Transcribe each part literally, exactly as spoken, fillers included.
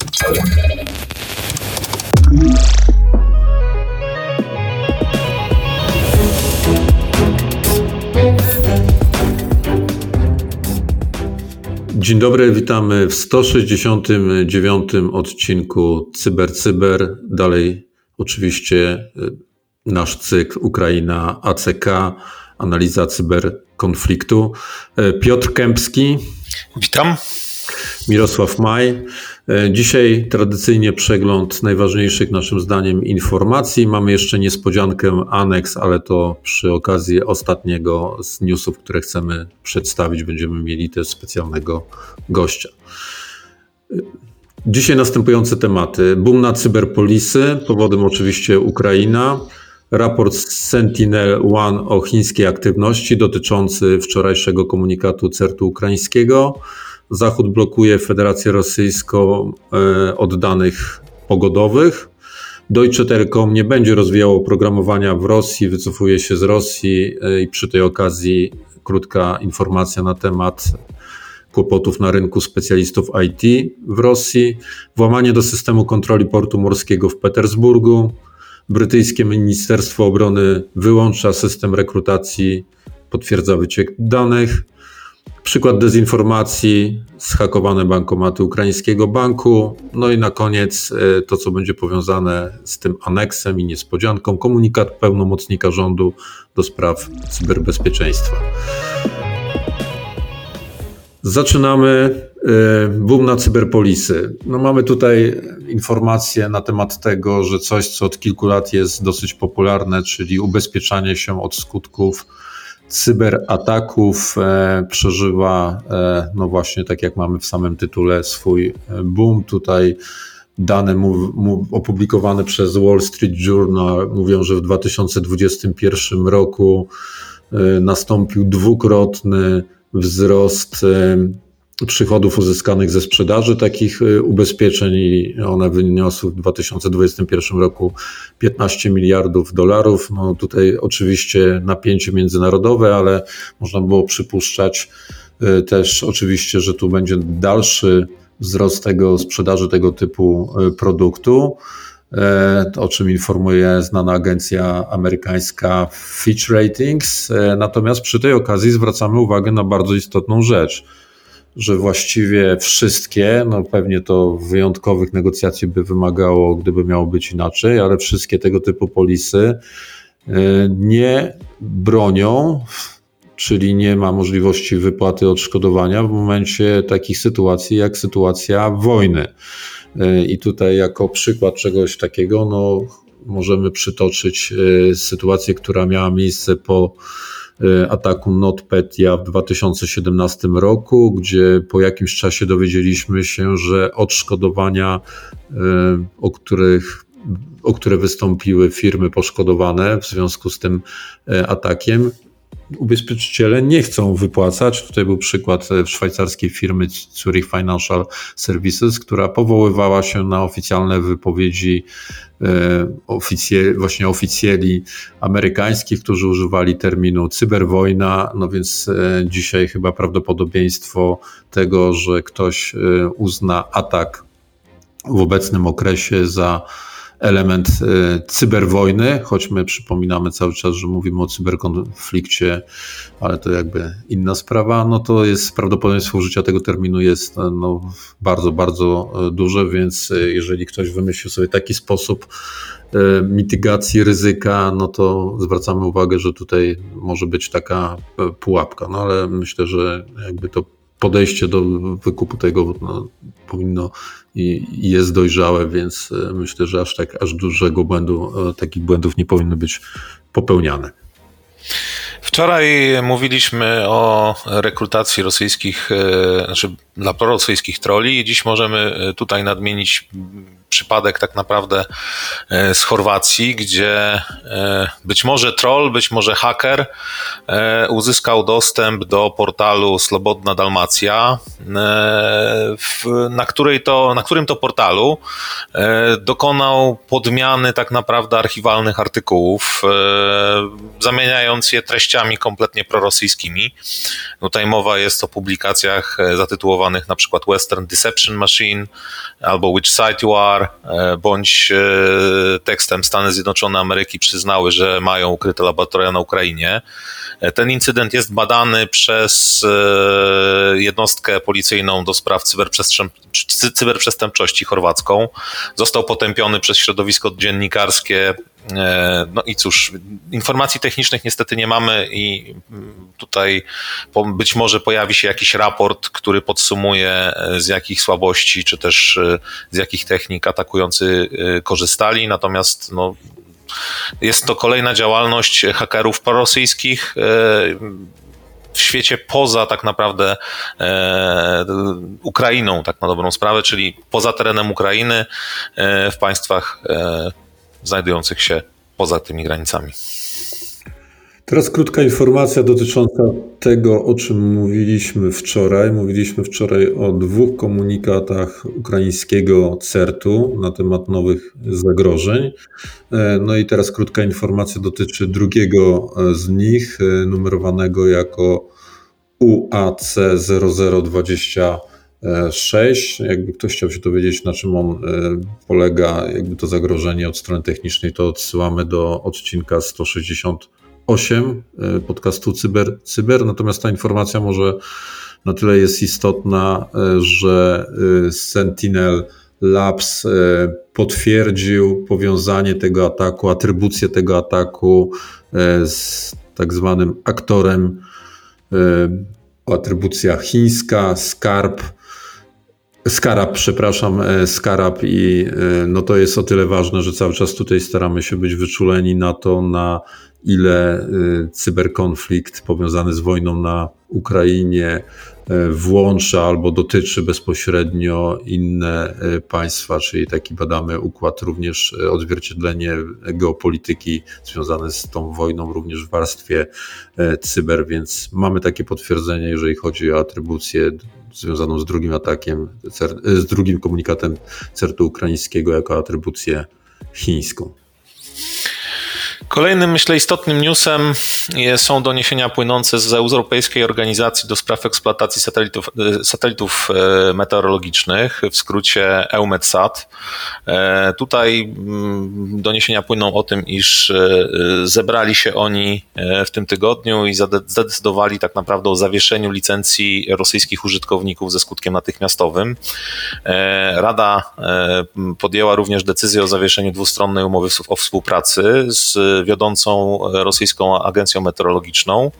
Dzień dobry, witamy w sto sześćdziesiątym dziewiątym odcinku Cyber Cyber. Dalej oczywiście nasz cykl Ukraina A C K, analiza cyberkonfliktu. Piotr Kępski. Witam. Mirosław Maj. Dzisiaj tradycyjnie przegląd najważniejszych naszym zdaniem informacji. Mamy jeszcze niespodziankę, aneks, ale to przy okazji ostatniego z newsów, które chcemy przedstawić, będziemy mieli też specjalnego gościa. Dzisiaj następujące tematy. Boom na cyberpolisy, powodem oczywiście Ukraina. Raport Sentinel One o chińskiej aktywności dotyczący wczorajszego komunikatu certu ukraińskiego. Zachód blokuje Federację Rosyjską od danych pogodowych. Deutsche Telekom nie będzie rozwijało oprogramowania w Rosji, wycofuje się z Rosji i przy tej okazji krótka informacja na temat kłopotów na rynku specjalistów I T w Rosji. Włamanie do systemu kontroli portu morskiego w Petersburgu. Brytyjskie Ministerstwo Obrony wyłącza system rekrutacji, potwierdza wyciek danych. Przykład dezinformacji, zhakowane bankomaty ukraińskiego banku. No i na koniec to, co będzie powiązane z tym aneksem i niespodzianką, komunikat pełnomocnika rządu do spraw cyberbezpieczeństwa. Zaczynamy. Boom na cyberpolisy. No mamy tutaj informacje na temat tego, że coś, co od kilku lat jest dosyć popularne, czyli ubezpieczanie się od skutków cyberataków, e, przeżywa, e, no właśnie tak jak mamy w samym tytule, swój boom. Tutaj dane mów, mów, opublikowane przez Wall Street Journal mówią, że w dwa tysiące dwudziestym pierwszym roku e, nastąpił dwukrotny wzrost e, przychodów uzyskanych ze sprzedaży takich ubezpieczeń i one wyniosły w dwa tysiące dwudziestym pierwszym roku piętnaście miliardów dolarów. No tutaj oczywiście napięcie międzynarodowe, ale można było przypuszczać też oczywiście, że tu będzie dalszy wzrost tego sprzedaży tego typu produktu, o czym informuje znana agencja amerykańska Fitch Ratings. Natomiast przy tej okazji zwracamy uwagę na bardzo istotną rzecz, że właściwie wszystkie, no pewnie to wyjątkowych negocjacji by wymagało, gdyby miało być inaczej, ale wszystkie tego typu polisy nie bronią, czyli nie ma możliwości wypłaty odszkodowania w momencie takich sytuacji jak sytuacja wojny. I tutaj jako przykład czegoś takiego, no możemy przytoczyć sytuację, która miała miejsce po ataku NotPetya w dwa tysiące siedemnastym roku, gdzie po jakimś czasie dowiedzieliśmy się, że odszkodowania, o których, o które wystąpiły firmy poszkodowane w związku z tym atakiem, ubezpieczyciele nie chcą wypłacać. Tutaj był przykład szwajcarskiej firmy Zurich Financial Services, która powoływała się na oficjalne wypowiedzi oficie, właśnie oficjeli amerykańskich, którzy używali terminu cyberwojna. No więc dzisiaj chyba prawdopodobieństwo tego, że ktoś uzna atak w obecnym okresie za element cyberwojny, choć my przypominamy cały czas, że mówimy o cyberkonflikcie, ale to jakby inna sprawa, no to jest prawdopodobieństwo użycia tego terminu jest no, bardzo, bardzo duże, więc jeżeli ktoś wymyślił sobie taki sposób mitygacji ryzyka, no to zwracamy uwagę, że tutaj może być taka pułapka, no ale myślę, że jakby to podejście do wykupu tego no, powinno i jest dojrzałe, więc myślę, że aż tak aż dużego błędu, takich błędów nie powinno być popełniane. Wczoraj mówiliśmy o rekrutacji rosyjskich, znaczy dla prorosyjskich trolli i dziś możemy tutaj nadmienić przypadek tak naprawdę z Chorwacji, gdzie być może troll, być może haker uzyskał dostęp do portalu Slobodna Dalmacja, na, której to, na którym to portalu dokonał podmiany tak naprawdę archiwalnych artykułów, zamieniając je treściami kompletnie prorosyjskimi. Tutaj mowa jest o publikacjach zatytułowanych na przykład Western Deception Machine albo Which Side You Are, bądź tekstem Stany Zjednoczone Ameryki przyznały, że mają ukryte laboratoria na Ukrainie. Ten incydent jest badany przez jednostkę policyjną do spraw cyberprzestępczości chorwacką. Został potępiony przez środowisko dziennikarskie. No i cóż, informacji technicznych niestety nie mamy i tutaj być może pojawi się jakiś raport, który podsumuje, z jakich słabości czy też z jakich technik atakujący korzystali, natomiast no, jest to kolejna działalność hakerów prorosyjskich w świecie poza tak naprawdę e, Ukrainą, tak na dobrą sprawę, czyli poza terenem Ukrainy, e, w państwach e, znajdujących się poza tymi granicami. Teraz krótka informacja dotycząca tego, o czym mówiliśmy wczoraj. Mówiliśmy wczoraj o dwóch komunikatach ukraińskiego certu na temat nowych zagrożeń. No i teraz krótka informacja dotyczy drugiego z nich, numerowanego jako U A C zero zero dwadzieścia sześć. Jakby ktoś chciał się dowiedzieć, na czym on polega, jakby to zagrożenie od strony technicznej, to odsyłamy do odcinka sto sześćdziesiąt osiem podcastu Cyber, Cyber. Natomiast ta informacja może na tyle jest istotna, że Sentinel Labs potwierdził powiązanie tego ataku, atrybucję tego ataku z tak zwanym aktorem, atrybucja chińska, Scarab, Scarab, przepraszam, Scarab i no to jest o tyle ważne, że cały czas tutaj staramy się być wyczuleni na to, na ile cyberkonflikt powiązany z wojną na Ukrainie włącza albo dotyczy bezpośrednio inne państwa, czyli taki badamy układ, również odzwierciedlenie geopolityki związane z tą wojną również w warstwie cyber, więc mamy takie potwierdzenie, jeżeli chodzi o atrybucję związaną z drugim atakiem, z drugim komunikatem certu ukraińskiego jako atrybucję chińską. Kolejnym, myślę, istotnym newsem są doniesienia płynące z Europejskiej Organizacji do Spraw Eksploatacji Satelitów, satelitów Meteorologicznych, w skrócie EUMETSAT. Tutaj doniesienia płyną o tym, iż zebrali się oni w tym tygodniu i zadecydowali tak naprawdę o zawieszeniu licencji rosyjskich użytkowników ze skutkiem natychmiastowym. Rada podjęła również decyzję o zawieszeniu dwustronnej umowy o współpracy z wiodącą rosyjską agencją meteorologiczną.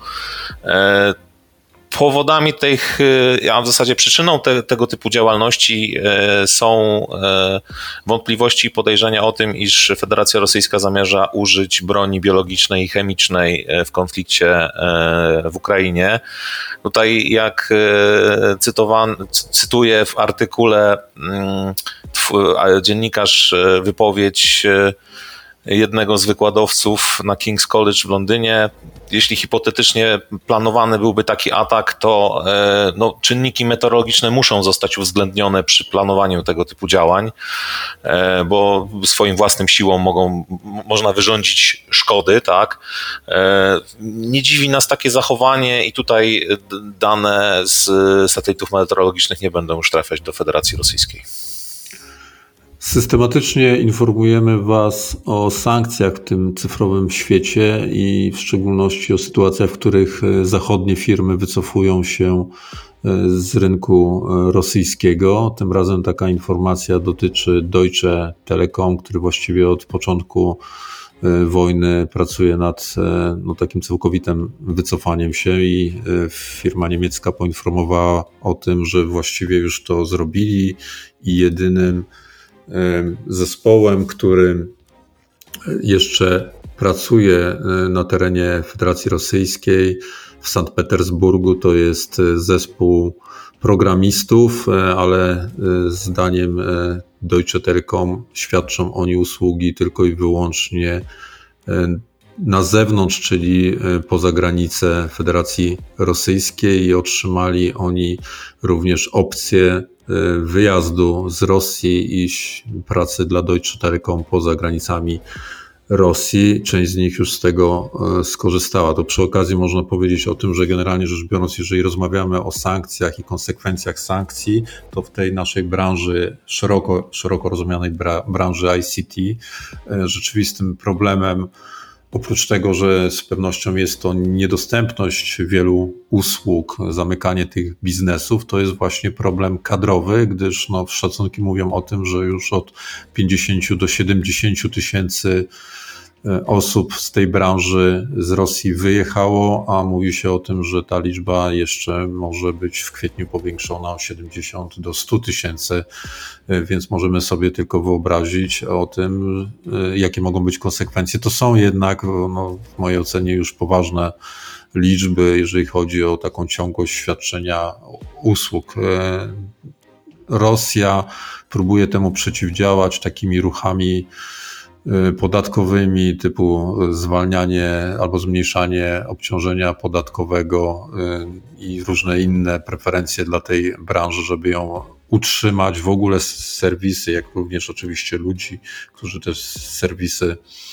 Powodami tych, a w zasadzie przyczyną te, tego typu działalności są wątpliwości i podejrzenia o tym, iż Federacja Rosyjska zamierza użyć broni biologicznej i chemicznej w konflikcie w Ukrainie. Tutaj, jak cytowan, cytuję w artykule dziennikarz wypowiedź jednego z wykładowców na King's College w Londynie. Jeśli hipotetycznie planowany byłby taki atak, to no, czynniki meteorologiczne muszą zostać uwzględnione przy planowaniu tego typu działań, bo swoim własnym siłą mogą, można wyrządzić szkody, tak? Nie dziwi nas takie zachowanie i tutaj dane z satelitów meteorologicznych nie będą już trafiać do Federacji Rosyjskiej. Systematycznie informujemy Was o sankcjach w tym cyfrowym świecie i w szczególności o sytuacjach, w których zachodnie firmy wycofują się z rynku rosyjskiego. Tym razem taka informacja dotyczy Deutsche Telekom, który właściwie od początku wojny pracuje nad no, takim całkowitym wycofaniem się i firma niemiecka poinformowała o tym, że właściwie już to zrobili i jedynym zespołem, który jeszcze pracuje na terenie Federacji Rosyjskiej w Sankt Petersburgu, to jest zespół programistów, ale zdaniem Deutsche Telekom świadczą oni usługi tylko i wyłącznie na zewnątrz, czyli poza granice Federacji Rosyjskiej, i otrzymali oni również opcję wyjazdu z Rosji i pracy dla Deutsche Telekom poza granicami Rosji. Część z nich już z tego skorzystała. To przy okazji można powiedzieć o tym, że generalnie rzecz biorąc, jeżeli rozmawiamy o sankcjach i konsekwencjach sankcji, to w tej naszej branży, szeroko, szeroko rozumianej branży I C T, rzeczywistym problemem, oprócz tego, że z pewnością jest to niedostępność wielu usług, zamykanie tych biznesów, to jest właśnie problem kadrowy, gdyż no, szacunki mówią o tym, że już od pięćdziesięciu do siedemdziesięciu tysięcy osób z tej branży z Rosji wyjechało, a mówi się o tym, że ta liczba jeszcze może być w kwietniu powiększona o siedemdziesiąt do stu tysięcy, więc możemy sobie tylko wyobrazić o tym, jakie mogą być konsekwencje. To są jednak, no, w mojej ocenie, już poważne liczby, jeżeli chodzi o taką ciągłość świadczenia usług. Rosja próbuje temu przeciwdziałać takimi ruchami podatkowymi typu zwalnianie albo zmniejszanie obciążenia podatkowego i różne inne preferencje dla tej branży, żeby ją utrzymać. W ogóle serwisy, jak również oczywiście ludzi, którzy te serwisy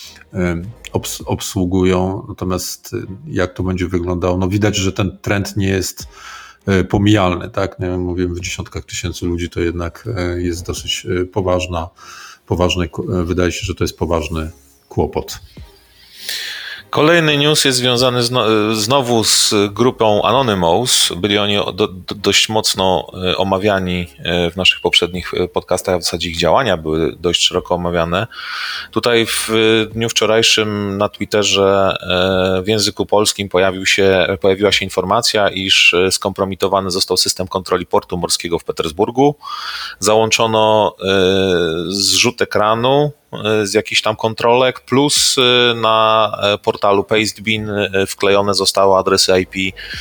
obsługują. Natomiast jak to będzie wyglądało? No widać, że ten trend nie jest pomijalny, tak? Nie wiem, mówię, w dziesiątkach tysięcy ludzi to jednak jest dosyć poważna Poważny, wydaje się, że to jest poważny kłopot. Kolejny news jest związany zno, znowu z grupą Anonymous. Byli oni do, do, dość mocno omawiani w naszych poprzednich podcastach, a w zasadzie ich działania były dość szeroko omawiane. Tutaj w dniu wczorajszym na Twitterze w języku polskim pojawił się, pojawiła się informacja, iż skompromitowany został system kontroli portu morskiego w Petersburgu. Załączono zrzut ekranu z jakichś tam kontrolek, plus na portalu Pastebin wklejone zostały adresy I P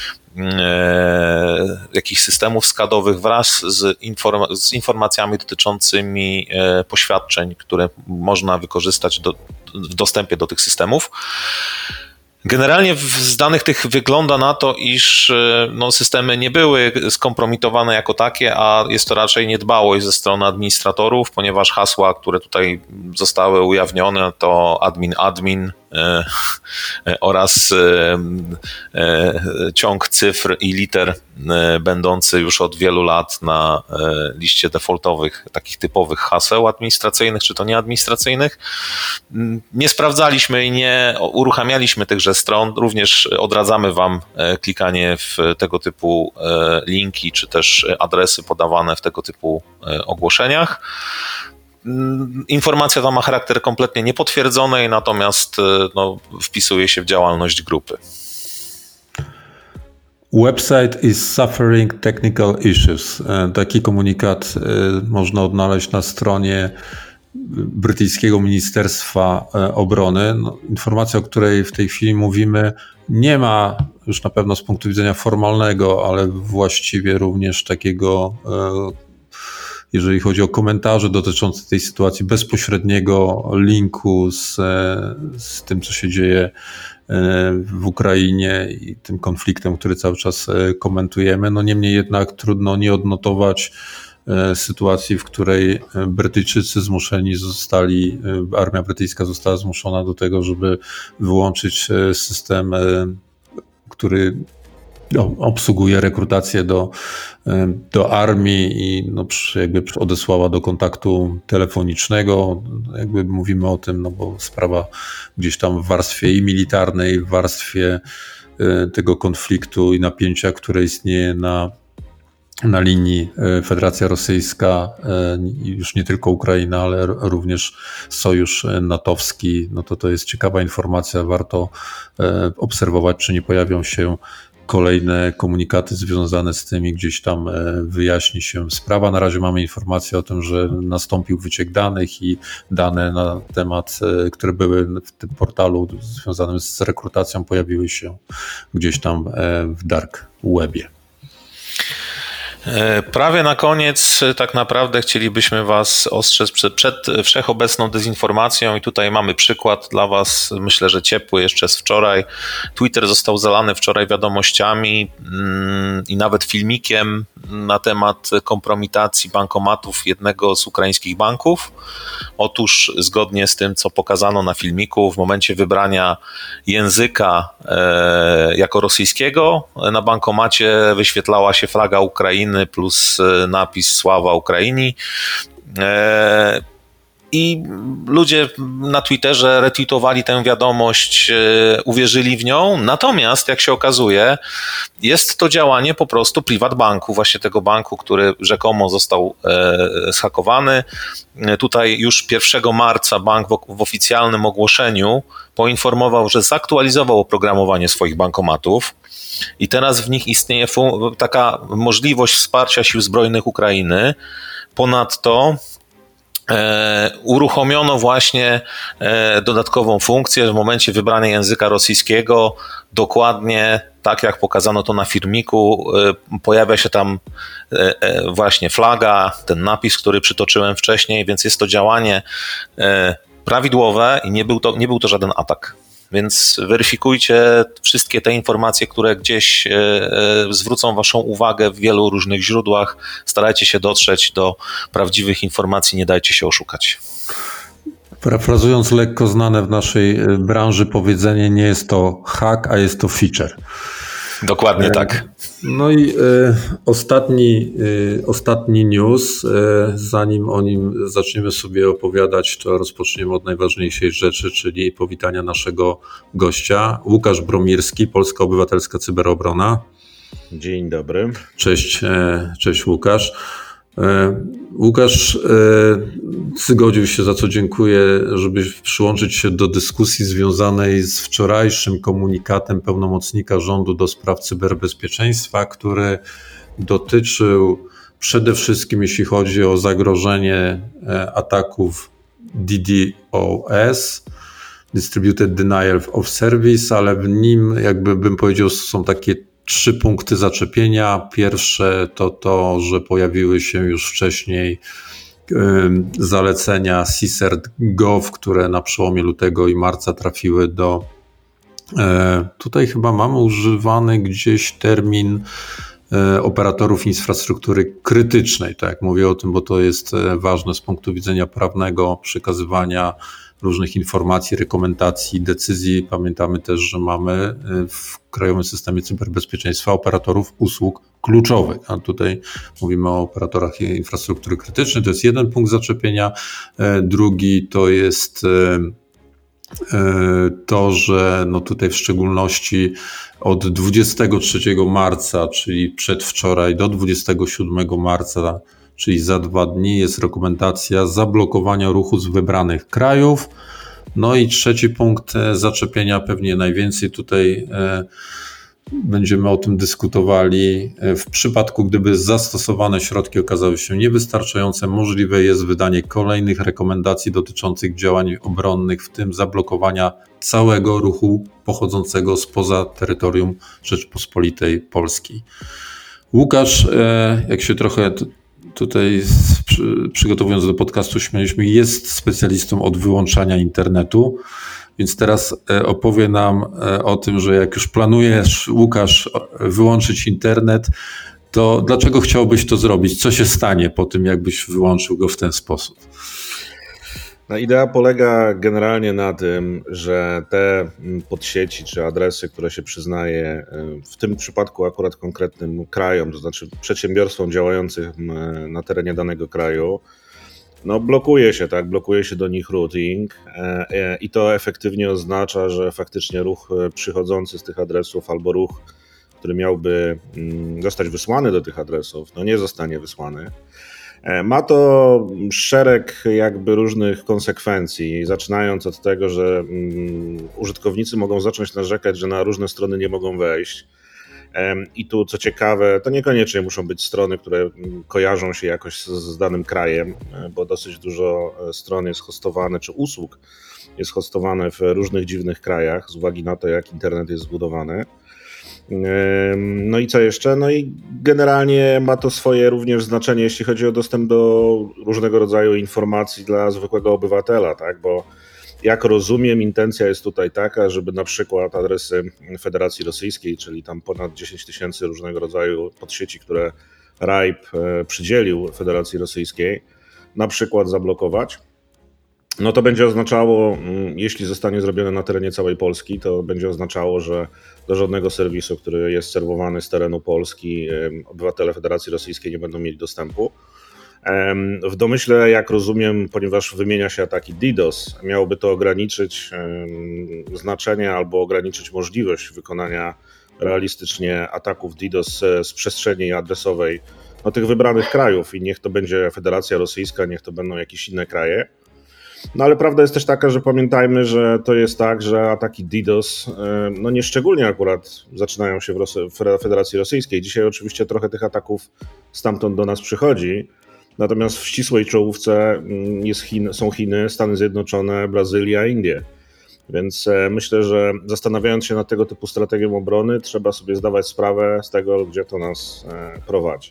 jakichś systemów skadowych wraz z, inform- z informacjami dotyczącymi poświadczeń, które można wykorzystać do, w dostępie do tych systemów. Generalnie z danych tych wygląda na to, iż no, systemy nie były skompromitowane jako takie, a jest to raczej niedbałość ze strony administratorów, ponieważ hasła, które tutaj zostały ujawnione, to admin admin e, e, oraz e, e, ciąg cyfr i liter e, będący już od wielu lat na e, liście defaultowych, takich typowych haseł administracyjnych czy to nieadministracyjnych. Nie sprawdzaliśmy i nie uruchamialiśmy tychże stron. Również odradzamy Wam klikanie w tego typu linki, czy też adresy podawane w tego typu ogłoszeniach. Informacja ta ma charakter kompletnie niepotwierdzonej, natomiast no, wpisuje się w działalność grupy. Website is suffering technical issues. Taki komunikat można odnaleźć na stronie brytyjskiego Ministerstwa Obrony. No, informacja, o której w tej chwili mówimy, nie ma już na pewno z punktu widzenia formalnego, ale właściwie również takiego, jeżeli chodzi o komentarze dotyczące tej sytuacji, bezpośredniego linku z, z tym, co się dzieje w Ukrainie i tym konfliktem, który cały czas komentujemy. No niemniej jednak trudno nie odnotować sytuacji, w której Brytyjczycy zmuszeni zostali, armia brytyjska została zmuszona do tego, żeby wyłączyć system, który no, obsługuje rekrutację do, do armii i no, jakby odesłała do kontaktu telefonicznego. Jakby mówimy o tym, no bo sprawa gdzieś tam w warstwie i militarnej, w warstwie tego konfliktu i napięcia, które istnieje na na linii Federacja Rosyjska, już nie tylko Ukraina, ale również sojusz natowski, no to to jest ciekawa informacja, warto obserwować, czy nie pojawią się kolejne komunikaty związane z tym i gdzieś tam wyjaśni się sprawa. Na razie mamy informację o tym, że nastąpił wyciek danych i dane na temat, które były w tym portalu związanym z rekrutacją, pojawiły się gdzieś tam w dark webie. Prawie na koniec tak naprawdę chcielibyśmy Was ostrzec przed, przed wszechobecną dezinformacją i tutaj mamy przykład dla Was, myślę, że ciepły jeszcze z wczoraj. Twitter został zalany wczoraj wiadomościami mm, i nawet filmikiem na temat kompromitacji bankomatów jednego z ukraińskich banków. Otóż zgodnie z tym, co pokazano na filmiku, w momencie wybrania języka e, jako rosyjskiego na bankomacie wyświetlała się flaga Ukrainy plus napis Sława Ukraini. I ludzie na Twitterze retweetowali tę wiadomość, uwierzyli w nią, natomiast jak się okazuje, jest to działanie po prostu private banku, właśnie tego banku, który rzekomo został zhakowany. Tutaj już pierwszego marca bank w oficjalnym ogłoszeniu poinformował, że zaktualizował oprogramowanie swoich bankomatów i teraz w nich istnieje taka możliwość wsparcia sił zbrojnych Ukrainy. Ponadto E, uruchomiono właśnie e, dodatkową funkcję w momencie wybrania języka rosyjskiego, dokładnie tak jak pokazano to na filmiku, e, pojawia się tam e, e, właśnie flaga, ten napis, który przytoczyłem wcześniej, więc jest to działanie e, prawidłowe i nie był to, nie był to żaden atak. Więc weryfikujcie wszystkie te informacje, które gdzieś e, e, zwrócą Waszą uwagę w wielu różnych źródłach. Starajcie się dotrzeć do prawdziwych informacji, nie dajcie się oszukać. Parafrazując lekko znane w naszej branży powiedzenie, nie jest to hack, a jest to feature. Dokładnie tak. No i e, ostatni, e, ostatni news, e, zanim o nim zaczniemy sobie opowiadać, to rozpoczniemy od najważniejszej rzeczy, czyli powitania naszego gościa. Łukasz Bromirski, Polska Obywatelska Cyberobrona. Dzień dobry. Cześć, e, cześć Łukasz. Łukasz zgodził się, za co dziękuję, żeby przyłączyć się do dyskusji związanej z wczorajszym komunikatem pełnomocnika rządu do spraw cyberbezpieczeństwa, który dotyczył przede wszystkim, jeśli chodzi o zagrożenie ataków D DoS, Distributed Denial of Service, ale w nim, jakby bym powiedział, są takie trzy punkty zaczepienia. Pierwsze to to, że pojawiły się już wcześniej zalecenia C S E R T Gov, które na przełomie lutego i marca trafiły do... Tutaj chyba mamy używany gdzieś termin operatorów infrastruktury krytycznej. Tak jak mówię o tym, bo to jest ważne z punktu widzenia prawnego, przekazywania różnych informacji, rekomendacji, decyzji. Pamiętamy też, że mamy w Krajowym Systemie Cyberbezpieczeństwa operatorów usług kluczowych, a tutaj mówimy o operatorach infrastruktury krytycznej. To jest jeden punkt zaczepienia. Drugi to jest to, że no tutaj w szczególności od dwudziestego trzeciego marca, czyli przedwczoraj, do dwudziestego siódmego marca, czyli za dwa dni, jest rekomendacja zablokowania ruchu z wybranych krajów. No i trzeci punkt zaczepienia, pewnie najwięcej tutaj będziemy o tym dyskutowali. W przypadku, gdyby zastosowane środki okazały się niewystarczające, możliwe jest wydanie kolejnych rekomendacji dotyczących działań obronnych, w tym zablokowania całego ruchu pochodzącego spoza terytorium Rzeczpospolitej Polskiej. Łukasz, jak się trochę tutaj przygotowując do podcastu śmialiśmy, jest specjalistą od wyłączania internetu, więc teraz opowie nam o tym, że jak już planujesz, Łukasz, wyłączyć internet, to dlaczego chciałbyś to zrobić? Co się stanie po tym, jakbyś wyłączył go w ten sposób? No, idea polega generalnie na tym, że te podsieci czy adresy, które się przyznaje w tym przypadku akurat konkretnym krajom, to znaczy przedsiębiorstwom działającym na terenie danego kraju, no blokuje się, tak, blokuje się do nich routing i to efektywnie oznacza, że faktycznie ruch przychodzący z tych adresów albo ruch, który miałby zostać wysłany do tych adresów, no nie zostanie wysłany. Ma to szereg jakby różnych konsekwencji, zaczynając od tego, że użytkownicy mogą zacząć narzekać, że na różne strony nie mogą wejść. I tu co ciekawe, to niekoniecznie muszą być strony, które kojarzą się jakoś z, z danym krajem, bo dosyć dużo stron jest hostowane, czy usług jest hostowane w różnych dziwnych krajach z uwagi na to, jak internet jest zbudowany. No i co jeszcze? No i generalnie ma to swoje również znaczenie, jeśli chodzi o dostęp do różnego rodzaju informacji dla zwykłego obywatela, tak? Bo jak rozumiem, intencja jest tutaj taka, żeby na przykład adresy Federacji Rosyjskiej, czyli tam ponad dziesięć tysięcy różnego rodzaju podsieci, które R I P przydzielił Federacji Rosyjskiej, na przykład zablokować. No to będzie oznaczało, jeśli zostanie zrobione na terenie całej Polski, to będzie oznaczało, że do żadnego serwisu, który jest serwowany z terenu Polski, obywatele Federacji Rosyjskiej nie będą mieli dostępu. W domyśle, jak rozumiem, ponieważ wymienia się ataki DDoS, miałoby to ograniczyć znaczenie albo ograniczyć możliwość wykonania realistycznie ataków DDoS z przestrzeni adresowej no, tych wybranych krajów i niech to będzie Federacja Rosyjska, niech to będą jakieś inne kraje. No ale prawda jest też taka, że pamiętajmy, że to jest tak, że ataki DDoS no nie szczególnie akurat zaczynają się w, Rosy- w Federacji Rosyjskiej. Dzisiaj oczywiście trochę tych ataków stamtąd do nas przychodzi, natomiast w ścisłej czołówce jest Chin, są Chiny, Stany Zjednoczone, Brazylia, Indie. Więc myślę, że zastanawiając się nad tego typu strategią obrony, trzeba sobie zdawać sprawę z tego, gdzie to nas prowadzi.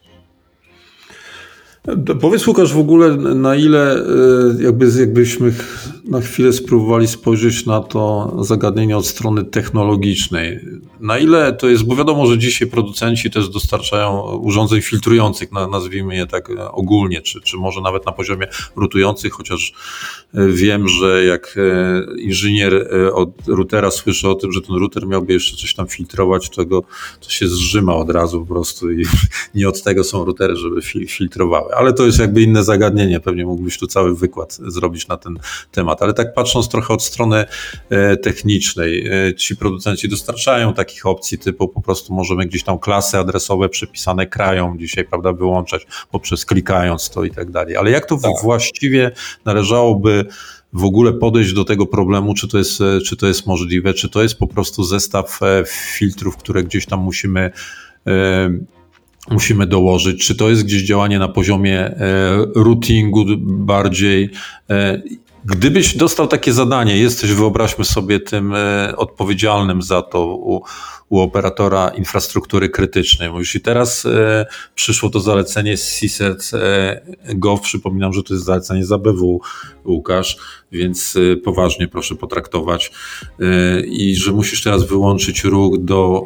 Powiedz, Łukasz, w ogóle na ile jakby, jakbyśmy na chwilę spróbowali spojrzeć na to zagadnienie od strony technologicznej. Na ile to jest, bo wiadomo, że dzisiaj producenci też dostarczają urządzeń filtrujących, nazwijmy je tak ogólnie, czy, czy może nawet na poziomie rutujących, chociaż wiem, że jak inżynier od routera słyszy o tym, że ten router miałby jeszcze coś tam filtrować, to, go, to się zżyma od razu po prostu i nie od tego są routery, żeby filtrowały. Ale to jest jakby inne zagadnienie, pewnie mógłbyś tu cały wykład zrobić na ten temat, ale tak patrząc trochę od strony technicznej, ci producenci dostarczają takich opcji typu po prostu możemy gdzieś tam klasy adresowe przypisane krajom dzisiaj, prawda, wyłączać poprzez klikając to i tak dalej, ale jak to tak. właściwie należałoby w ogóle podejść do tego problemu, czy to jest, czy to jest możliwe, czy to jest po prostu zestaw filtrów, które gdzieś tam musimy musimy dołożyć, czy to jest gdzieś działanie na poziomie routingu bardziej. Gdybyś dostał takie zadanie, jesteś, wyobraźmy sobie, tym odpowiedzialnym za to u, u operatora infrastruktury krytycznej. Mówisz, i teraz przyszło to zalecenie z C S E T Gov, przypominam, że to jest zalecenie z A B W, Łukasz, więc poważnie proszę potraktować i że musisz teraz wyłączyć ruch do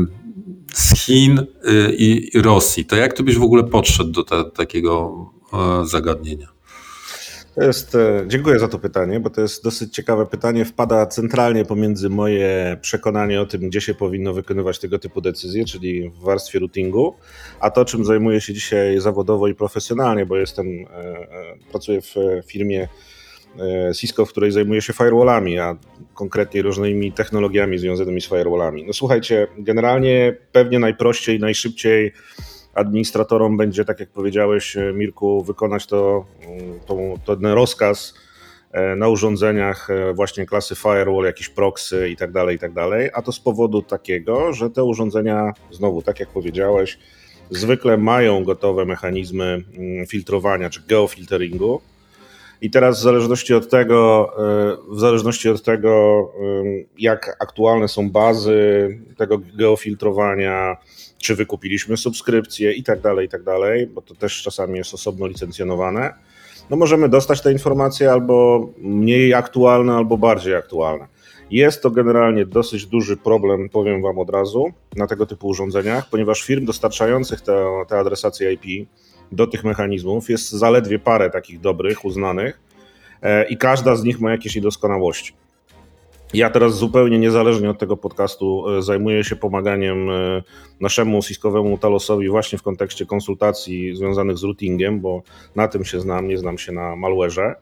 z Chin i Rosji. To jak ty byś w ogóle podszedł do ta, takiego zagadnienia? To jest, dziękuję za to pytanie, bo to jest dosyć ciekawe pytanie. Wpada centralnie pomiędzy moje przekonanie o tym, gdzie się powinno wykonywać tego typu decyzje, czyli w warstwie routingu, a to, czym zajmuję się dzisiaj zawodowo i profesjonalnie, bo jestem, pracuję w firmie Cisco, w której zajmuje się firewallami, a konkretnie różnymi technologiami związanymi z firewallami. No słuchajcie, generalnie pewnie najprościej, najszybciej administratorom będzie, tak jak powiedziałeś, Mirku, wykonać to, to, to ten rozkaz na urządzeniach właśnie klasy firewall, jakieś proxy i tak dalej, i tak dalej, a to z powodu takiego, że te urządzenia, znowu, tak jak powiedziałeś, zwykle mają gotowe mechanizmy filtrowania czy geofilteringu. I teraz w zależności od tego, w zależności od tego, jak aktualne są bazy tego geofiltrowania, czy wykupiliśmy subskrypcje i tak dalej, i tak dalej, bo to też czasami jest osobno licencjonowane, no możemy dostać te informacje albo mniej aktualne, albo bardziej aktualne. Jest to generalnie dosyć duży problem, powiem wam od razu, na tego typu urządzeniach, ponieważ firm dostarczających te, te adresacje I P do tych mechanizmów jest zaledwie parę takich dobrych, uznanych i każda z nich ma jakieś niedoskonałości. Ja teraz zupełnie niezależnie od tego podcastu zajmuję się pomaganiem naszemu Ciscowemu Talosowi właśnie w kontekście konsultacji związanych z routingiem, bo na tym się znam, nie znam się na malware'ze.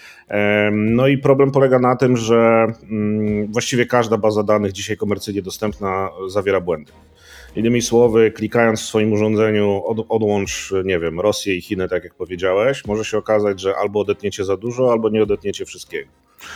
No i problem polega na tym, że właściwie każda baza danych dzisiaj komercyjnie dostępna zawiera błędy. Innymi słowy, klikając w swoim urządzeniu od, odłącz, nie wiem, Rosję i Chiny, tak jak powiedziałeś, może się okazać, że albo odetniecie za dużo, albo nie odetniecie wszystkiego.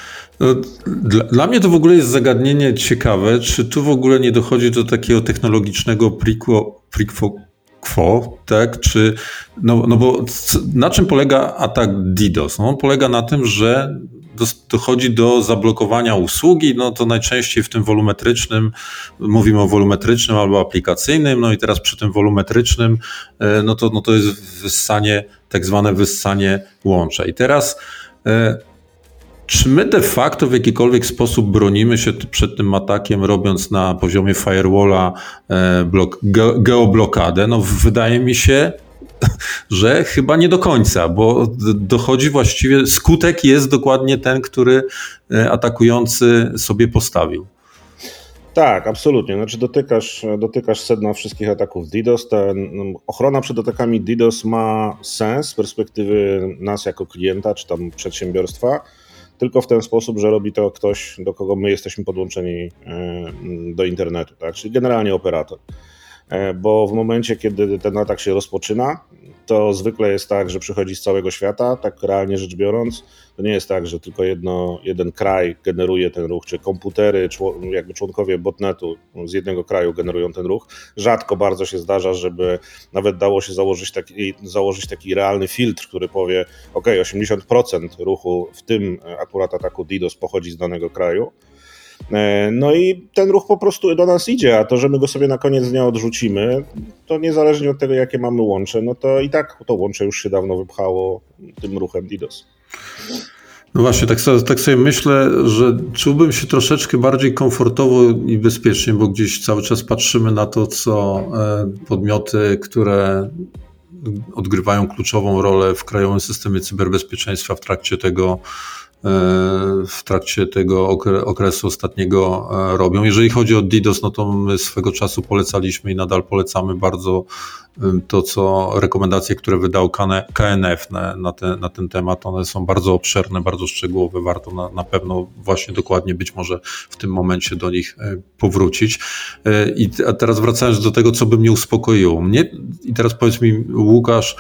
Dla, dla mnie to w ogóle jest zagadnienie ciekawe, czy tu w ogóle nie dochodzi do takiego technologicznego priquo, priquo quo, tak? Czy, no, no bo na czym polega atak DDoS? No on polega na tym, że dochodzi do zablokowania usługi, no to najczęściej w tym wolumetrycznym, mówimy o wolumetrycznym albo aplikacyjnym, no i teraz przy tym wolumetrycznym, no to, no to jest wyssanie, tak zwane wyssanie łącza. I teraz czy my de facto w jakikolwiek sposób bronimy się przed tym atakiem, robiąc na poziomie firewalla blok, ge, geoblokadę? No wydaje mi się, że chyba nie do końca, bo dochodzi właściwie, skutek jest dokładnie ten, który atakujący sobie postawił. Tak, absolutnie. Znaczy dotykasz, dotykasz sedna wszystkich ataków DDoS. Ta ochrona przed atakami DDoS ma sens z perspektywy nas jako klienta czy tam przedsiębiorstwa, tylko w ten sposób, że robi to ktoś, do kogo my jesteśmy podłączeni do internetu, tak? Czyli generalnie operator. Bo w momencie, kiedy ten atak się rozpoczyna, to zwykle jest tak, że przychodzi z całego świata, tak realnie rzecz biorąc. To nie jest tak, że tylko jedno, jeden kraj generuje ten ruch, czy komputery, jakby członkowie botnetu z jednego kraju generują ten ruch. Rzadko bardzo się zdarza, żeby nawet dało się założyć taki, założyć taki realny filtr, który powie, ok, osiemdziesiąt procent ruchu w tym akurat ataku DDoS pochodzi z danego kraju. No i ten ruch po prostu do nas idzie, a to, że my go sobie na koniec dnia odrzucimy, to niezależnie od tego, jakie mamy łącze, no to i tak to łącze już się dawno wypchało tym ruchem DDoS. No właśnie, tak sobie, tak sobie myślę, że czułbym się troszeczkę bardziej komfortowo i bezpiecznie, bo gdzieś cały czas patrzymy na to, co podmioty, które odgrywają kluczową rolę w krajowym systemie cyberbezpieczeństwa w trakcie tego w trakcie tego okresu ostatniego robią. Jeżeli chodzi o DDoS, no to my swego czasu polecaliśmy i nadal polecamy bardzo to, co rekomendacje, które wydał K N F na, na, te, na ten temat. One są bardzo obszerne, bardzo szczegółowe. Warto na, na pewno właśnie dokładnie być może w tym momencie do nich powrócić. I a teraz wracając do tego, co by mnie uspokoiło. Mnie, i teraz powiedz mi, Łukasz,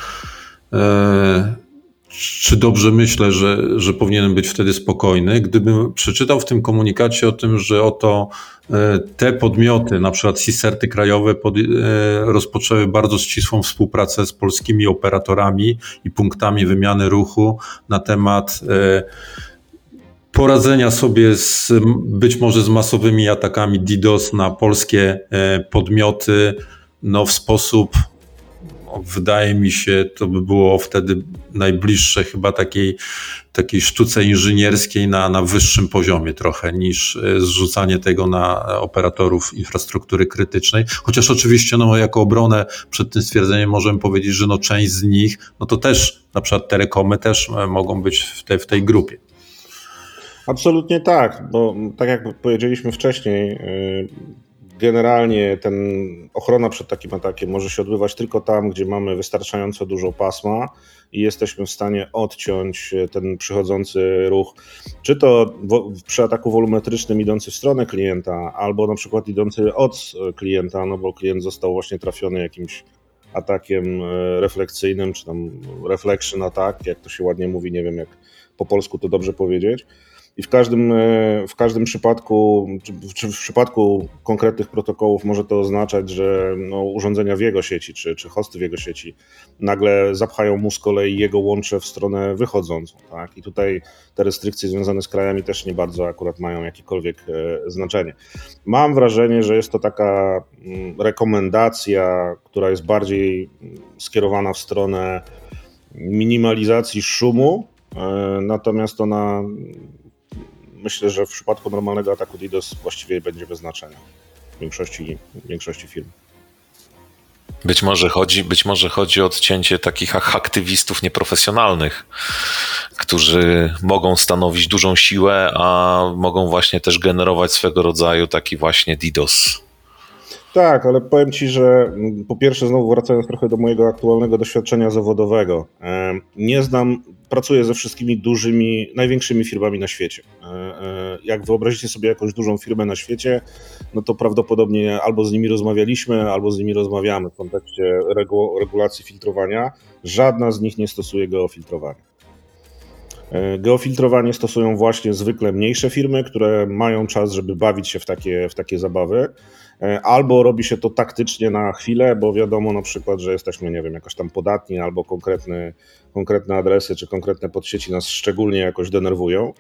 e, czy dobrze myślę, że, że powinienem być wtedy spokojny, gdybym przeczytał w tym komunikacie o tym, że oto te podmioty, na przykład CSIRT-y krajowe pod, rozpoczęły bardzo ścisłą współpracę z polskimi operatorami i punktami wymiany ruchu na temat poradzenia sobie z, być może z masowymi atakami DDoS na polskie podmioty, no w sposób, wydaje mi się, to by było wtedy najbliższe chyba takiej, takiej sztuce inżynierskiej na, na wyższym poziomie trochę niż zrzucanie tego na operatorów infrastruktury krytycznej. Chociaż oczywiście no, jako obronę przed tym stwierdzeniem możemy powiedzieć, że no, część z nich, no to też na przykład telekomy też mogą być w, te, w tej grupie. Absolutnie tak, bo tak jak powiedzieliśmy wcześniej, generalnie ten ochrona przed takim atakiem może się odbywać tylko tam, gdzie mamy wystarczająco dużo pasma i jesteśmy w stanie odciąć ten przychodzący ruch, czy to w, przy ataku wolumetrycznym idący w stronę klienta, albo na przykład idący od klienta, no bo klient został właśnie trafiony jakimś atakiem refleksyjnym, czy tam reflection attack, jak to się ładnie mówi, nie wiem jak po polsku to dobrze powiedzieć. I w każdym, w każdym przypadku, czy w przypadku konkretnych protokołów może to oznaczać, że no, urządzenia w jego sieci, czy, czy hosty w jego sieci nagle zapchają mu z kolei jego łącze w stronę wychodzącą. Tak? I tutaj te restrykcje związane z krajami też nie bardzo akurat mają jakiekolwiek znaczenie. Mam wrażenie, że jest to taka rekomendacja, która jest bardziej skierowana w stronę minimalizacji szumu, natomiast ona... Myślę, że w przypadku normalnego ataku DDoS właściwie będzie bez znaczenia w większości, w większości firm. Być może chodzi, być może chodzi o odcięcie takich aktywistów nieprofesjonalnych, którzy mogą stanowić dużą siłę, a mogą właśnie też generować swego rodzaju taki właśnie DDoS. Tak, ale powiem Ci, że po pierwsze znowu wracając trochę do mojego aktualnego doświadczenia zawodowego, nie znam, pracuję ze wszystkimi dużymi, największymi firmami na świecie. Jak wyobrazicie sobie jakąś dużą firmę na świecie, no to prawdopodobnie albo z nimi rozmawialiśmy, albo z nimi rozmawiamy w kontekście regu- regulacji filtrowania. Żadna z nich nie stosuje geofiltrowania. Geofiltrowanie stosują właśnie zwykle mniejsze firmy, które mają czas, żeby bawić się w takie, w takie zabawy. Albo robi się to taktycznie na chwilę, bo wiadomo na przykład, że jesteśmy, nie wiem, jakoś tam podatni, albo konkretne, konkretne adresy czy konkretne podsieci nas szczególnie jakoś denerwują.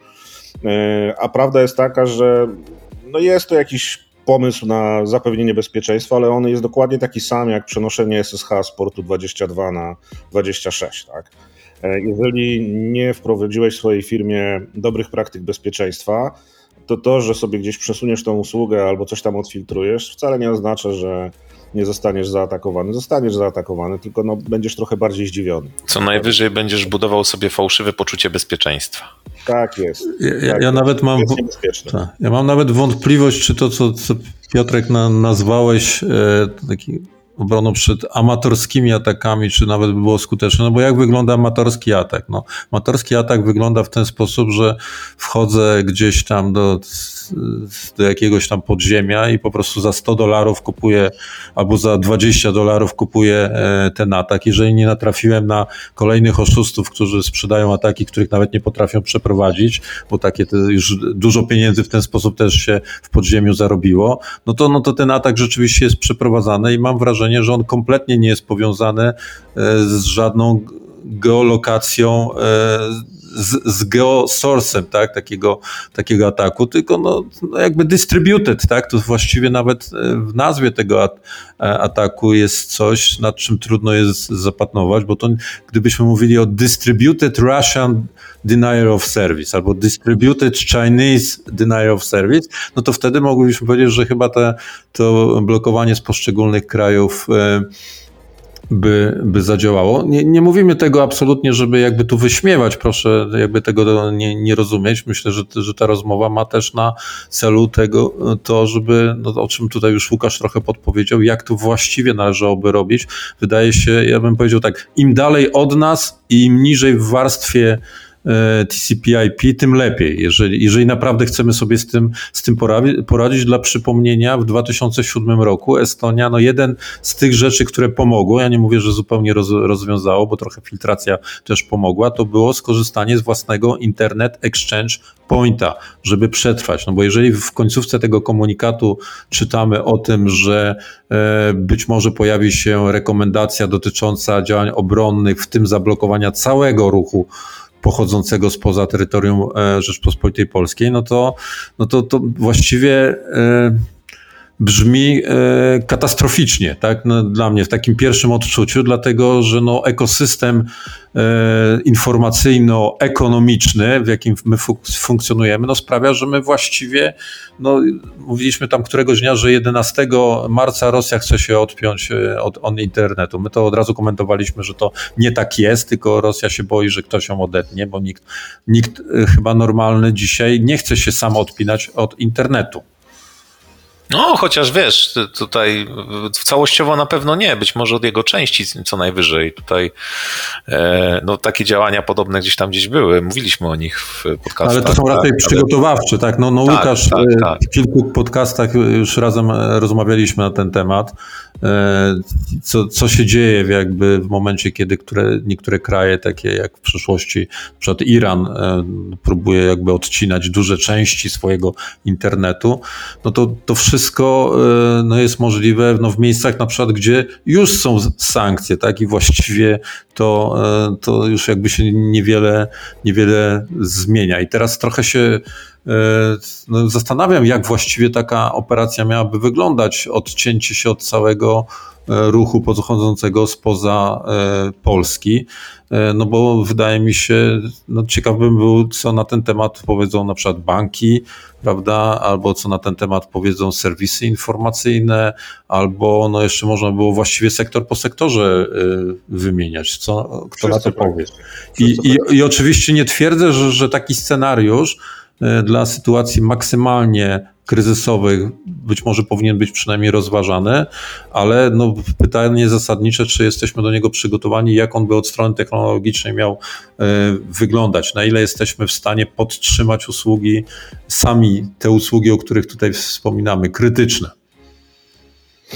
A prawda jest taka, że no jest to jakiś pomysł na zapewnienie bezpieczeństwa, ale on jest dokładnie taki sam jak przenoszenie S S H z portu dwadzieścia dwa na dwadzieścia sześć. Tak? Jeżeli nie wprowadziłeś w swojej firmie dobrych praktyk bezpieczeństwa, to to, że sobie gdzieś przesuniesz tą usługę albo coś tam odfiltrujesz, wcale nie oznacza, że nie zostaniesz zaatakowany. Zostaniesz zaatakowany, tylko no, będziesz trochę bardziej zdziwiony. Co najwyżej będziesz budował sobie fałszywe poczucie bezpieczeństwa. Tak jest. Ja, tak ja jest. nawet mam, ta, ja mam nawet wątpliwość, czy to, co, co Piotrek na, nazwałeś e, taki obroną przed amatorskimi atakami, czy nawet by było skuteczne, no bo jak wygląda amatorski atak? No, amatorski atak wygląda w ten sposób, że wchodzę gdzieś tam do, do jakiegoś tam podziemia i po prostu za sto dolarów kupuję, albo za dwadzieścia dolarów kupuję ten atak. Jeżeli nie natrafiłem na kolejnych oszustów, którzy sprzedają ataki, których nawet nie potrafią przeprowadzić, bo takie to już dużo pieniędzy w ten sposób też się w podziemiu zarobiło, no to, no to ten atak rzeczywiście jest przeprowadzany i mam wrażenie, że on kompletnie nie jest powiązany z żadną geolokacją, z, z geosourcem, tak, takiego, takiego ataku, tylko no, no jakby distributed, tak, to właściwie nawet w nazwie tego at- ataku jest coś, nad czym trudno jest zapatnować, bo to gdybyśmy mówili o distributed Russian denial of service albo distributed Chinese denial of service, no to wtedy moglibyśmy powiedzieć, że chyba te, to blokowanie z poszczególnych krajów by, by zadziałało. Nie, nie mówimy tego absolutnie, żeby jakby tu wyśmiewać, proszę jakby tego nie, nie rozumieć. Myślę, że, że ta rozmowa ma też na celu tego, to, żeby, no, o czym tutaj już Łukasz trochę podpowiedział, jak to właściwie należałoby robić. Wydaje się, ja bym powiedział tak, im dalej od nas i im niżej w warstwie T C P I P, tym lepiej, jeżeli, jeżeli naprawdę chcemy sobie z tym, z tym poradzić. poradzić. Dla przypomnienia, w dwa tysiące siódmym roku Estonia, no jeden z tych rzeczy, które pomogło, ja nie mówię, że zupełnie roz, rozwiązało, bo trochę filtracja też pomogła, to było skorzystanie z własnego Internet Exchange Pointa, żeby przetrwać. No bo jeżeli w końcówce tego komunikatu czytamy o tym, że e, być może pojawi się rekomendacja dotycząca działań obronnych, w tym zablokowania całego ruchu pochodzącego spoza terytorium Rzeczpospolitej Polskiej, no to, no to, to właściwie e, brzmi e, katastroficznie, tak, no, dla mnie w takim pierwszym odczuciu, dlatego że no, ekosystem e, informacyjno-ekonomiczny, w jakim my fuk- funkcjonujemy, no, sprawia, że my właściwie, no, mówiliśmy tam któregoś dnia, że jedenastego marca Rosja chce się odpiąć od, od internetu. My to od razu komentowaliśmy, że to nie tak jest, tylko Rosja się boi, że ktoś ją odetnie, bo nikt, nikt chyba normalny dzisiaj nie chce się sam odpinać od internetu. No, chociaż wiesz, tutaj całościowo na pewno nie, być może od jego części co najwyżej. Tutaj e, no, takie działania podobne gdzieś tam gdzieś były, mówiliśmy o nich w podcastach. Ale to są raczej tak, przygotowawcze, tak? No, no tak, Łukasz, tak, tak. w kilku podcastach już razem rozmawialiśmy na ten temat. Co, co się dzieje jakby w momencie, kiedy które, niektóre kraje, takie jak w przeszłości, na przykład Iran, próbuje jakby odcinać duże części swojego internetu, no to, to wszystko no, jest możliwe no, w miejscach na przykład, gdzie już są sankcje, tak? I właściwie to, to już jakby się niewiele, niewiele zmienia. I teraz trochę się no, zastanawiam, jak właściwie taka operacja miałaby wyglądać, odcięcie się od całego ruchu pochodzącego spoza Polski, no bo wydaje mi się, no ciekaw bym był, co na ten temat powiedzą na przykład banki, prawda, albo co na ten temat powiedzą serwisy informacyjne, albo no jeszcze można było właściwie sektor po sektorze wymieniać, co, kto na to powie. I, i, I oczywiście nie twierdzę, że, że taki scenariusz dla sytuacji maksymalnie kryzysowych być może powinien być przynajmniej rozważany, ale no pytanie zasadnicze, czy jesteśmy do niego przygotowani, jak on by od strony technologicznej miał y, wyglądać, na ile jesteśmy w stanie podtrzymać usługi, sami te usługi, o których tutaj wspominamy, krytyczne.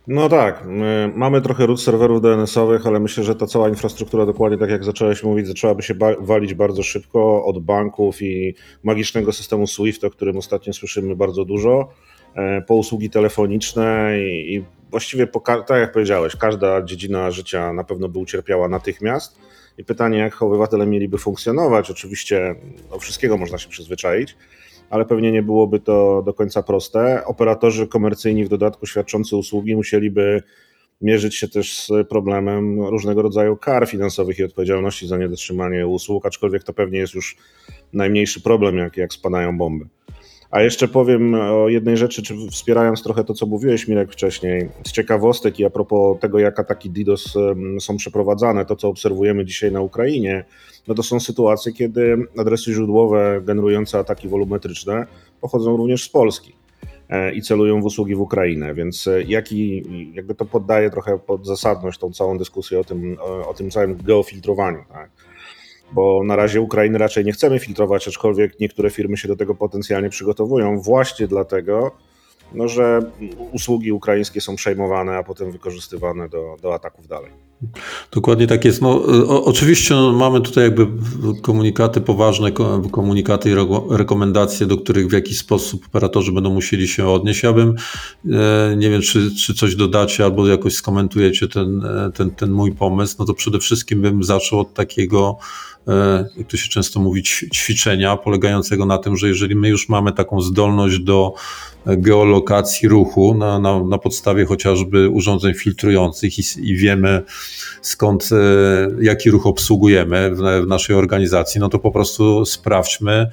No tak, mamy trochę root serwerów D N S-owych, ale myślę, że ta cała infrastruktura, dokładnie tak jak zacząłeś mówić, zaczęłaby się ba- walić bardzo szybko od banków i magicznego systemu SWIFT, o którym ostatnio słyszymy bardzo dużo, po usługi telefoniczne i, i właściwie, po, tak jak powiedziałeś, każda dziedzina życia na pewno by ucierpiała natychmiast. I pytanie, jak obywatele mieliby funkcjonować, oczywiście do wszystkiego można się przyzwyczaić, ale pewnie nie byłoby to do końca proste. Operatorzy komercyjni, w dodatku świadczący usługi, musieliby mierzyć się też z problemem różnego rodzaju kar finansowych i odpowiedzialności za niedotrzymanie usług, aczkolwiek to pewnie jest już najmniejszy problem, jak, jak spadają bomby. A jeszcze powiem o jednej rzeczy, czy wspierając trochę to, co mówiłeś, Mirek, wcześniej, z ciekawostek i a propos tego, jak ataki DDoS są przeprowadzane, to co obserwujemy dzisiaj na Ukrainie, no to są sytuacje, kiedy adresy źródłowe generujące ataki wolumetryczne pochodzą również z Polski i celują w usługi w Ukrainę, więc jaki, jakby to poddaje trochę pod zasadność tą całą dyskusję o tym, o, o tym całym geofiltrowaniu, tak? Bo na razie Ukrainy raczej nie chcemy filtrować, aczkolwiek niektóre firmy się do tego potencjalnie przygotowują właśnie dlatego, no, że usługi ukraińskie są przejmowane, a potem wykorzystywane do, do ataków dalej. Dokładnie tak jest. No, o, oczywiście no, mamy tutaj jakby komunikaty poważne, komunikaty i rekomendacje, do których w jakiś sposób operatorzy będą musieli się odnieść. Ja bym, e, nie wiem, czy, czy coś dodacie albo jakoś skomentujecie ten, ten, ten mój pomysł, no to przede wszystkim bym zaczął od takiego, jak to się często mówi, ćwiczenia polegającego na tym, że jeżeli my już mamy taką zdolność do geolokacji ruchu na, na, na podstawie chociażby urządzeń filtrujących i, i wiemy skąd, jaki ruch obsługujemy w, w naszej organizacji, no to po prostu sprawdźmy,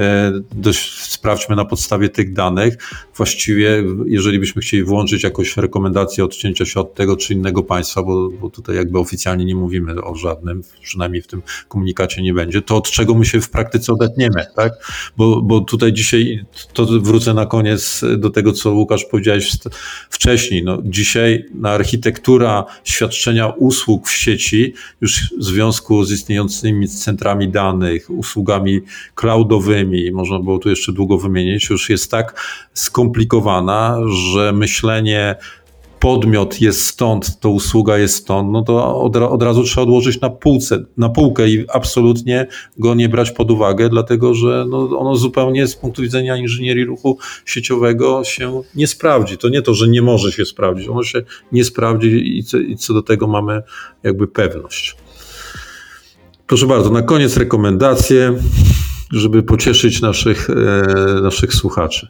dość, sprawdźmy na podstawie tych danych. Właściwie, jeżeli byśmy chcieli włączyć jakąś rekomendację odcięcia się od tego czy innego państwa, bo, bo tutaj jakby oficjalnie nie mówimy o żadnym, przynajmniej w tym komunikacie nie będzie, to od czego my się w praktyce odetniemy, tak? Bo, bo tutaj dzisiaj, to wrócę na koniec do tego, co Łukasz powiedziałeś wcześniej. No, dzisiaj architektura świadczenia usług w sieci już w związku z istniejącymi centrami danych, usługami cloudowymi, można było tu jeszcze długo wymienić, już jest tak skomplikowana, że myślenie podmiot jest stąd, to usługa jest stąd, no to od, od razu trzeba odłożyć na półce, na półkę i absolutnie go nie brać pod uwagę, dlatego że no ono zupełnie z punktu widzenia inżynierii ruchu sieciowego się nie sprawdzi. To nie to, że nie może się sprawdzić, ono się nie sprawdzi i co, i co do tego mamy jakby pewność. Proszę bardzo, na koniec rekomendacje, żeby pocieszyć naszych, e, naszych słuchaczy.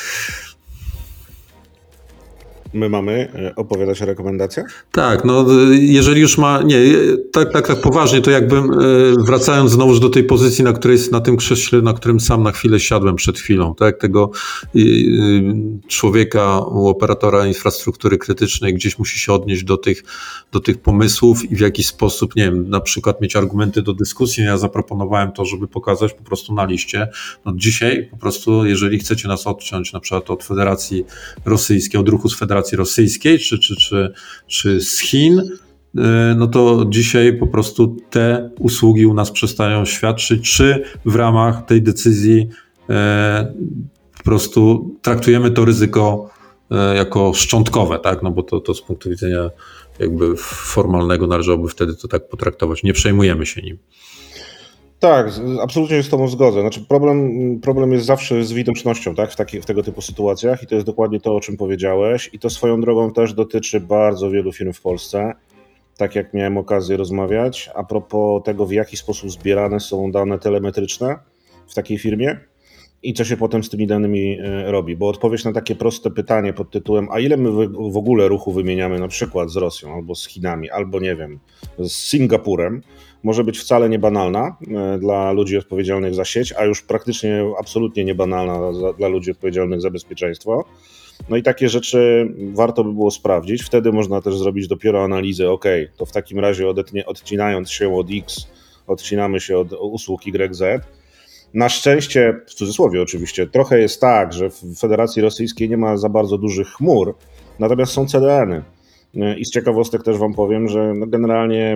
My mamy opowiadać o rekomendacjach? Tak, no jeżeli już ma, nie, tak, tak, tak poważnie, to jakbym wracając znowuż do tej pozycji, na której, na tym krześle, na którym sam na chwilę siadłem przed chwilą, tak, tego człowieka, u operatora infrastruktury krytycznej gdzieś musi się odnieść do tych, do tych pomysłów i w jakiś sposób, nie wiem, na przykład mieć argumenty do dyskusji. Ja zaproponowałem to, żeby pokazać po prostu na liście. No dzisiaj po prostu, jeżeli chcecie nas odciąć na przykład od Federacji Rosyjskiej, od ruchu z Federacji Rosyjskiej, czy, czy, czy, czy z Chin, no to dzisiaj po prostu te usługi u nas przestają świadczyć, czy w ramach tej decyzji po prostu traktujemy to ryzyko jako szczątkowe, tak? No bo to, to z punktu widzenia jakby formalnego należałoby wtedy to tak potraktować. Nie przejmujemy się nim. Tak, absolutnie się z tobą zgodzę. Znaczy problem, problem jest zawsze z widocznością, tak, w, taki, w tego typu sytuacjach i to jest dokładnie to, o czym powiedziałeś i to swoją drogą też dotyczy bardzo wielu firm w Polsce, tak jak miałem okazję rozmawiać, a propos tego, w jaki sposób zbierane są dane telemetryczne w takiej firmie i co się potem z tymi danymi robi, bo odpowiedź na takie proste pytanie pod tytułem, a ile my w ogóle ruchu wymieniamy na przykład z Rosją albo z Chinami, albo nie wiem, z Singapurem, może być wcale nie banalna dla ludzi odpowiedzialnych za sieć, a już praktycznie absolutnie nie banalna dla ludzi odpowiedzialnych za bezpieczeństwo. No i takie rzeczy warto by było sprawdzić. Wtedy można też zrobić dopiero analizę, ok, to w takim razie odetnie, odcinając się od X, odcinamy się od usług Y Z. Na szczęście, w cudzysłowie oczywiście, trochę jest tak, że w Federacji Rosyjskiej nie ma za bardzo dużych chmur, natomiast są C D N-y. I z ciekawostek też wam powiem, że no generalnie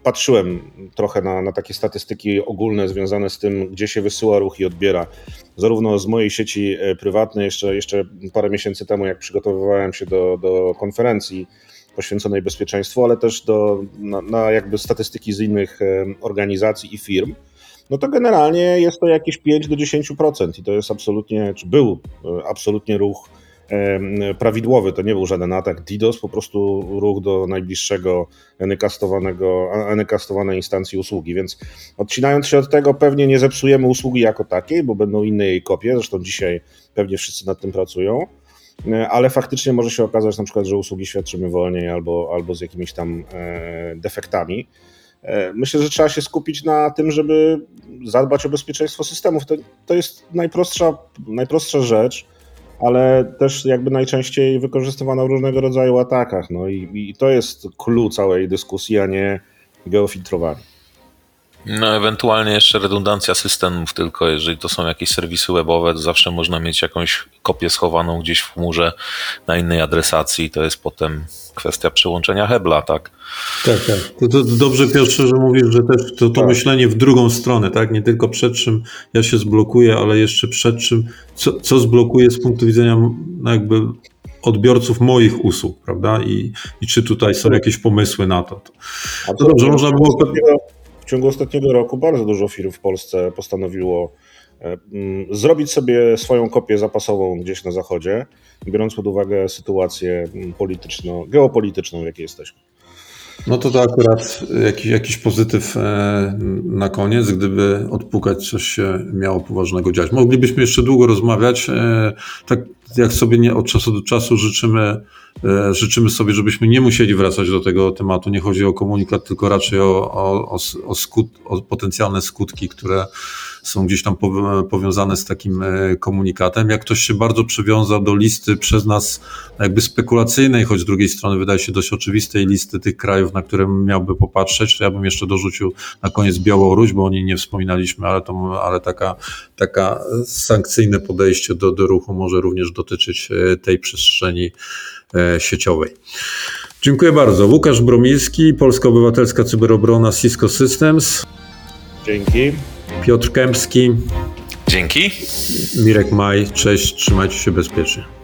patrzyłem trochę na, na takie statystyki ogólne związane z tym, gdzie się wysyła ruch i odbiera. Zarówno z mojej sieci prywatnej, jeszcze, jeszcze parę miesięcy temu, jak przygotowywałem się do, do konferencji poświęconej bezpieczeństwu, ale też do, na, na jakby statystyki z innych organizacji i firm, no to generalnie jest to jakieś pięć do dziesięciu procent i to jest absolutnie, czy był absolutnie ruch prawidłowy. To nie był żaden atak DDoS, po prostu ruch do najbliższego anycastowanego, anycastowanej instancji usługi, więc odcinając się od tego pewnie nie zepsujemy usługi jako takiej, bo będą inne jej kopie, zresztą dzisiaj pewnie wszyscy nad tym pracują, ale faktycznie może się okazać na przykład, że usługi świadczymy wolniej albo, albo z jakimiś tam defektami. Myślę, że trzeba się skupić na tym, żeby zadbać o bezpieczeństwo systemów. To, to jest najprostsza, najprostsza rzecz, ale też jakby najczęściej wykorzystywana w różnego rodzaju atakach. No i, i to jest clue całej dyskusji, a nie geofiltrowanie. No ewentualnie jeszcze redundancja systemów, tylko jeżeli to są jakieś serwisy webowe, to zawsze można mieć jakąś kopię schowaną gdzieś w chmurze na innej adresacji, to jest potem kwestia przyłączenia hebla, tak? Tak, tak. To, to dobrze, Piotrze, że mówisz, że też to, to tak. myślenie w drugą stronę, tak? Nie tylko przed czym ja się zblokuję, ale jeszcze przed czym, co, co zblokuje z punktu widzenia no jakby odbiorców moich usług, prawda? I, i czy tutaj są jakieś pomysły na to. To, to dobrze, można było... W ciągu ostatniego roku bardzo dużo firm w Polsce postanowiło zrobić sobie swoją kopię zapasową gdzieś na zachodzie, biorąc pod uwagę sytuację polityczną, geopolityczną, w jakiej jesteśmy. No to to akurat jakiś, jakiś pozytyw na koniec, gdyby odpukać coś się miało poważnego dziać. Moglibyśmy jeszcze długo rozmawiać, tak jak sobie nie, od czasu do czasu życzymy, życzymy sobie, żebyśmy nie musieli wracać do tego tematu. Nie chodzi o komunikat, tylko raczej o, o, o, skut, o potencjalne skutki, które są gdzieś tam powiązane z takim komunikatem. Jak ktoś się bardzo przywiązał do listy przez nas jakby spekulacyjnej, choć z drugiej strony wydaje się dość oczywistej listy tych krajów, na które miałby popatrzeć, to ja bym jeszcze dorzucił na koniec Białoruś, bo o niej nie wspominaliśmy, ale, to, ale taka, taka sankcyjne podejście do, do ruchu może również dotyczyć tej przestrzeni sieciowej. Dziękuję bardzo. Łukasz Bromilski, Polska Obywatelska Cyberobrona Cisco Systems. Dzięki. Piotr Kępski. Dzięki. Mirek Maj, cześć, trzymajcie się bezpiecznie.